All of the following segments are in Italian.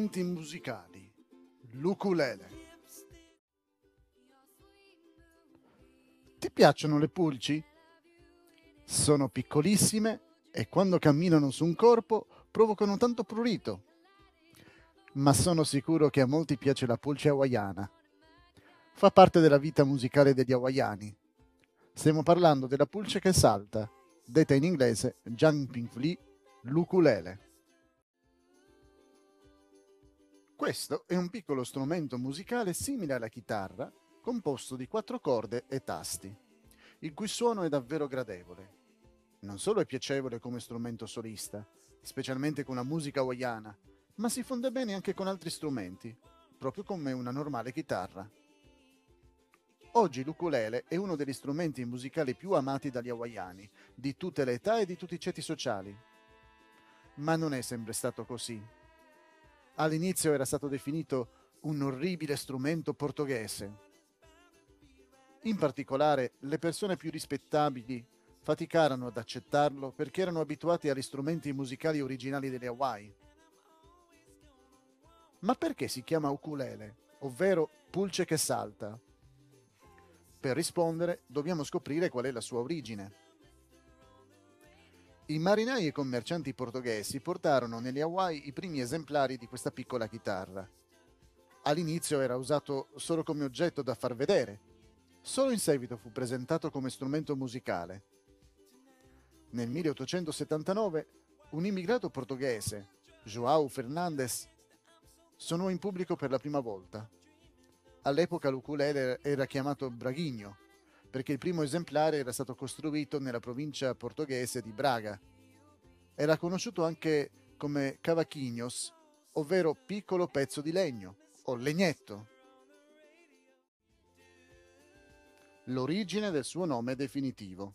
strumenti musicali. L'ukulele. Ti piacciono le pulci? Sono piccolissime e quando camminano su un corpo provocano tanto prurito. Ma sono sicuro che a molti piace la pulce hawaiana. Fa parte della vita musicale degli hawaiani. Stiamo parlando della pulce che salta, detta in inglese jumping flea, l'ukulele. Questo è un piccolo strumento musicale simile alla chitarra, composto di 4 corde e tasti, il cui suono è davvero gradevole. Non solo è piacevole come strumento solista, specialmente con la musica hawaiana, ma si fonde bene anche con altri strumenti, proprio come una normale chitarra. Oggi l'ukulele è uno degli strumenti musicali più amati dagli hawaiani, di tutte le età e di tutti i ceti sociali. Ma non è sempre stato così. All'inizio era stato definito un orribile strumento portoghese. In particolare, le persone più rispettabili faticarono ad accettarlo perché erano abituati agli strumenti musicali originali delle Hawaii. Ma perché si chiama ukulele, ovvero pulce che salta? Per rispondere, dobbiamo scoprire qual è la sua origine. I marinai e commercianti portoghesi portarono negli Hawaii i primi esemplari di questa piccola chitarra. All'inizio era usato solo come oggetto da far vedere. Solo in seguito fu presentato come strumento musicale. Nel 1879 un immigrato portoghese, João Fernandes, suonò in pubblico per la prima volta. All'epoca l'ukulele era chiamato braguinho, perché il primo esemplare era stato costruito nella provincia portoghese di Braga. Era conosciuto anche come cavaquinhos, ovvero piccolo pezzo di legno, o legnetto. L'origine del suo nome definitivo.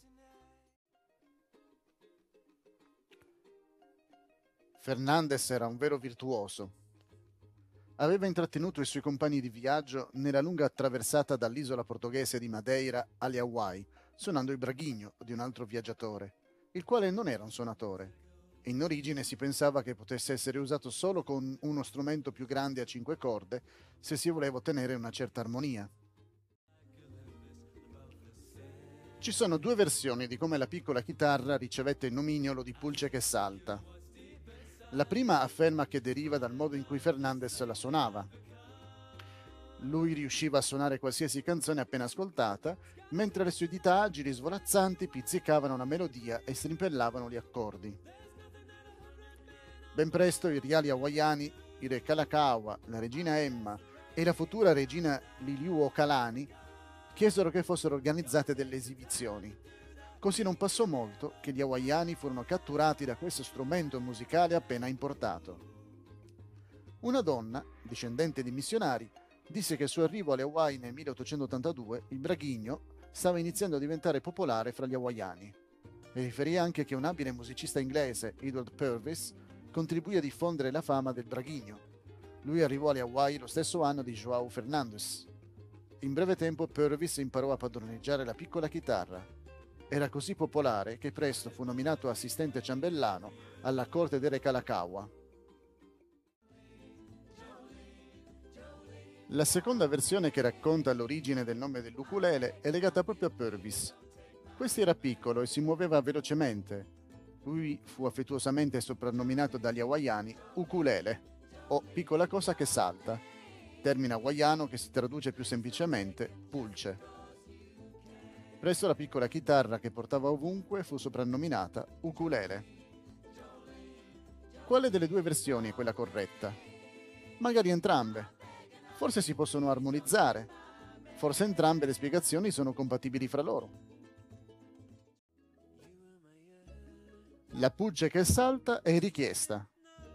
Fernandes era un vero virtuoso. Aveva intrattenuto i suoi compagni di viaggio nella lunga attraversata dall'isola portoghese di Madeira alle Hawaii, suonando il braguigno di un altro viaggiatore, il quale non era un suonatore. In origine si pensava che potesse essere usato solo con uno strumento più grande a 5 corde se si voleva ottenere una certa armonia. Ci sono 2 versioni di come la piccola chitarra ricevette il nomignolo di pulce che salta. La prima afferma che deriva dal modo in cui Fernandes la suonava. Lui riusciva a suonare qualsiasi canzone appena ascoltata, mentre le sue dita agili e svolazzanti pizzicavano una melodia e strimpellavano gli accordi. Ben presto i reali hawaiani, il re Kalakaua, la regina Emma e la futura regina Liliuokalani chiesero che fossero organizzate delle esibizioni. Così non passò molto che gli hawaiani furono catturati da questo strumento musicale appena importato. Una donna, discendente di missionari, disse che al suo arrivo alle Hawaii nel 1882 il braguigno stava iniziando a diventare popolare fra gli hawaiani. E riferì anche che un abile musicista inglese, Edward Purvis, contribuì a diffondere la fama del braguigno. Lui arrivò alle Hawaii lo stesso anno di João Fernandes. In breve tempo Purvis imparò a padroneggiare la piccola chitarra. Era così popolare che presto fu nominato assistente ciambellano alla corte del re Kalakaua. La seconda versione che racconta l'origine del nome dell'ukulele è legata proprio a Purvis. Questi era piccolo e si muoveva velocemente. Lui fu affettuosamente soprannominato dagli hawaiani ukulele, o piccola cosa che salta, termine hawaiano che si traduce più semplicemente pulce. Presto la piccola chitarra che portava ovunque fu soprannominata ukulele. Quale delle 2 versioni è quella corretta? Magari entrambe. Forse si possono armonizzare. Forse entrambe le spiegazioni sono compatibili fra loro. La pulce che salta è richiesta.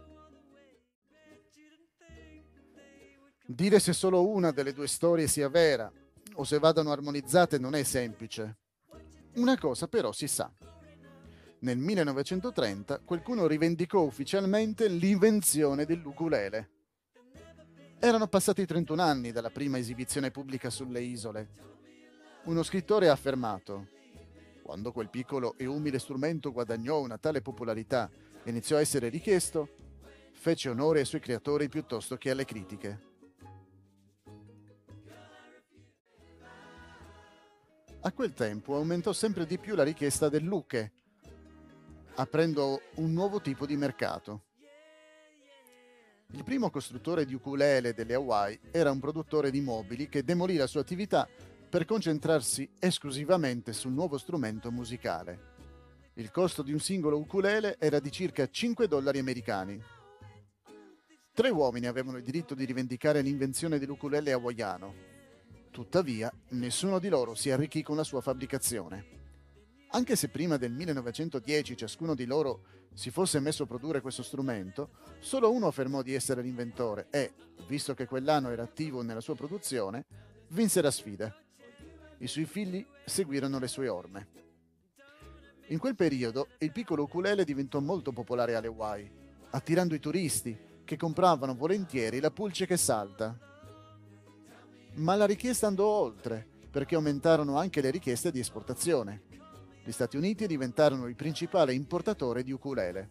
Dire se solo una delle 2 storie sia vera o se vadano armonizzate non è semplice. Una cosa però si sa. Nel 1930 qualcuno rivendicò ufficialmente l'invenzione dell'ukulele. Erano passati 31 anni dalla prima esibizione pubblica sulle isole. Uno scrittore ha affermato: quando quel piccolo e umile strumento guadagnò una tale popolarità e iniziò a essere richiesto, fece onore ai suoi creatori piuttosto che alle critiche. A quel tempo aumentò sempre di più la richiesta dell'uke, aprendo un nuovo tipo di mercato. Il primo costruttore di ukulele delle Hawaii era un produttore di mobili che demolì la sua attività per concentrarsi esclusivamente sul nuovo strumento musicale. Il costo di un singolo ukulele era di circa $5 americani. 3 uomini avevano il diritto di rivendicare l'invenzione dell'ukulele hawaiano. Tuttavia, nessuno di loro si arricchì con la sua fabbricazione. Anche se prima del 1910 ciascuno di loro si fosse messo a produrre questo strumento, solo uno affermò di essere l'inventore e, visto che quell'anno era attivo nella sua produzione, vinse la sfida. I suoi figli seguirono le sue orme. In quel periodo il piccolo ukulele diventò molto popolare alle Hawaii, attirando i turisti che compravano volentieri la pulce che salta. Ma la richiesta andò oltre, perché aumentarono anche le richieste di esportazione. Gli Stati Uniti diventarono il principale importatore di ukulele.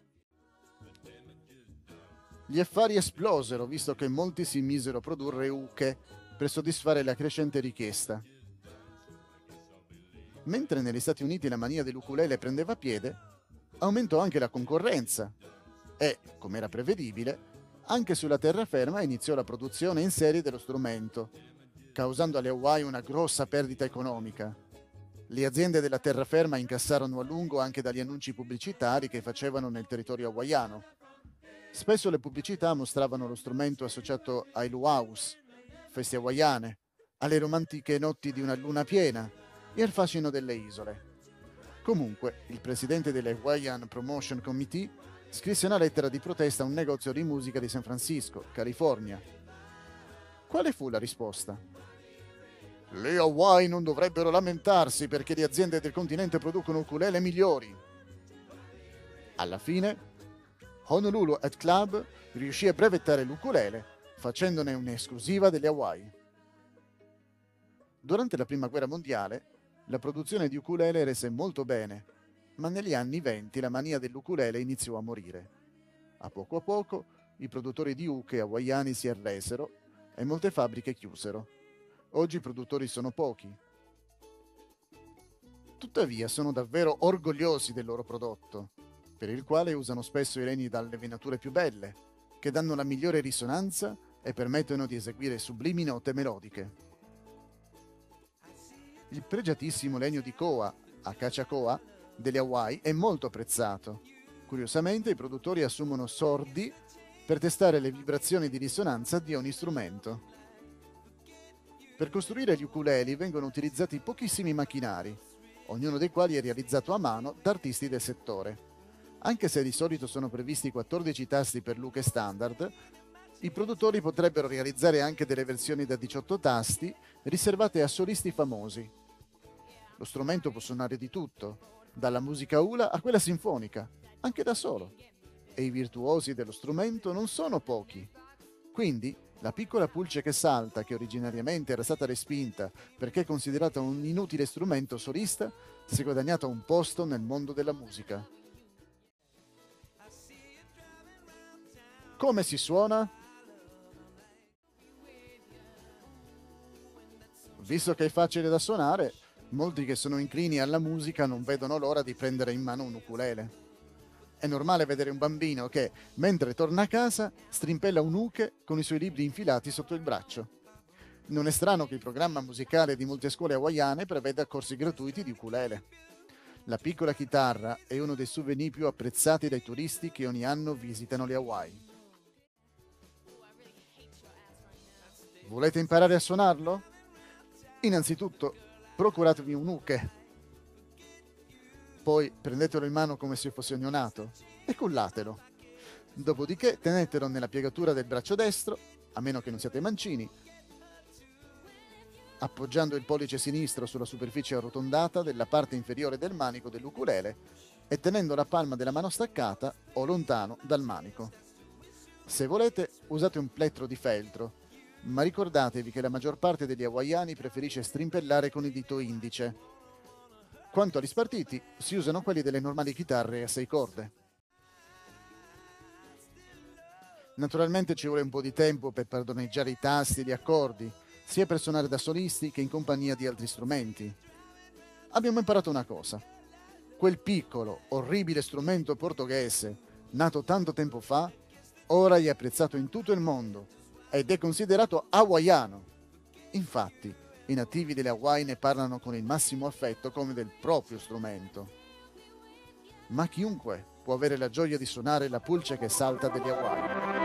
Gli affari esplosero, visto che molti si misero a produrre uke per soddisfare la crescente richiesta. Mentre negli Stati Uniti la mania dell'ukulele prendeva piede, aumentò anche la concorrenza e, come era prevedibile, anche sulla terraferma iniziò la produzione in serie dello strumento, causando alle Hawaii una grossa perdita economica. Le aziende della terraferma incassarono a lungo anche dagli annunci pubblicitari che facevano nel territorio hawaiano. Spesso le pubblicità mostravano lo strumento associato ai luaus, feste hawaiane, alle romantiche notti di una luna piena e al fascino delle isole. Comunque, il presidente dell'Hawaiian Promotion Committee scrisse una lettera di protesta a un negozio di musica di San Francisco, California. Quale fu la risposta? Le Hawaii non dovrebbero lamentarsi perché le aziende del continente producono ukulele migliori. Alla fine, Honolulu Art Club riuscì a brevettare l'ukulele, facendone un'esclusiva delle Hawaii. Durante la Prima Guerra Mondiale, la produzione di ukulele rese molto bene, ma negli anni '20 la mania dell'ukulele iniziò a morire. A poco, i produttori di uke hawaiani si arresero e molte fabbriche chiusero. Oggi i produttori sono pochi. Tuttavia sono davvero orgogliosi del loro prodotto, per il quale usano spesso i legni dalle venature più belle, che danno la migliore risonanza e permettono di eseguire sublimi note melodiche. Il pregiatissimo legno di koa, Acacia koa, delle Hawaii è molto apprezzato. Curiosamente i produttori assumono sordi per testare le vibrazioni di risonanza di ogni strumento. Per costruire gli ukuleli vengono utilizzati pochissimi macchinari, ognuno dei quali è realizzato a mano da artisti del settore. Anche se di solito sono previsti 14 tasti per l'uke standard, i produttori potrebbero realizzare anche delle versioni da 18 tasti riservate a solisti famosi. Lo strumento può suonare di tutto, dalla musica hula a quella sinfonica, anche da solo. E i virtuosi dello strumento non sono pochi. Quindi, la piccola pulce che salta, che originariamente era stata respinta perché considerata un inutile strumento solista, si è guadagnata un posto nel mondo della musica. Come si suona? Visto che è facile da suonare, molti che sono inclini alla musica non vedono l'ora di prendere in mano un ukulele. È normale vedere un bambino che, mentre torna a casa, strimpella un uke con i suoi libri infilati sotto il braccio. Non è strano che il programma musicale di molte scuole hawaiane preveda corsi gratuiti di ukulele. La piccola chitarra è uno dei souvenir più apprezzati dai turisti che ogni anno visitano le Hawaii. Volete imparare a suonarlo? Innanzitutto, procuratevi un uke. Poi prendetelo in mano come se fosse neonato e cullatelo. Dopodiché tenetelo nella piegatura del braccio destro, a meno che non siate mancini, appoggiando il pollice sinistro sulla superficie arrotondata della parte inferiore del manico dell'ukulele e tenendo la palma della mano staccata o lontano dal manico. Se volete, usate un plettro di feltro, ma ricordatevi che la maggior parte degli hawaiani preferisce strimpellare con il dito indice. Quanto agli spartiti, si usano quelli delle normali chitarre a 6 corde. Naturalmente ci vuole un po' di tempo per padroneggiare i tasti e gli accordi, sia per suonare da solisti che in compagnia di altri strumenti. Abbiamo imparato una cosa: quel piccolo, orribile strumento portoghese, nato tanto tempo fa, ora è apprezzato in tutto il mondo ed è considerato hawaiano. Infatti, i nativi delle Hawaii ne parlano con il massimo affetto come del proprio strumento. Ma chiunque può avere la gioia di suonare la pulce che salta degli Hawaii.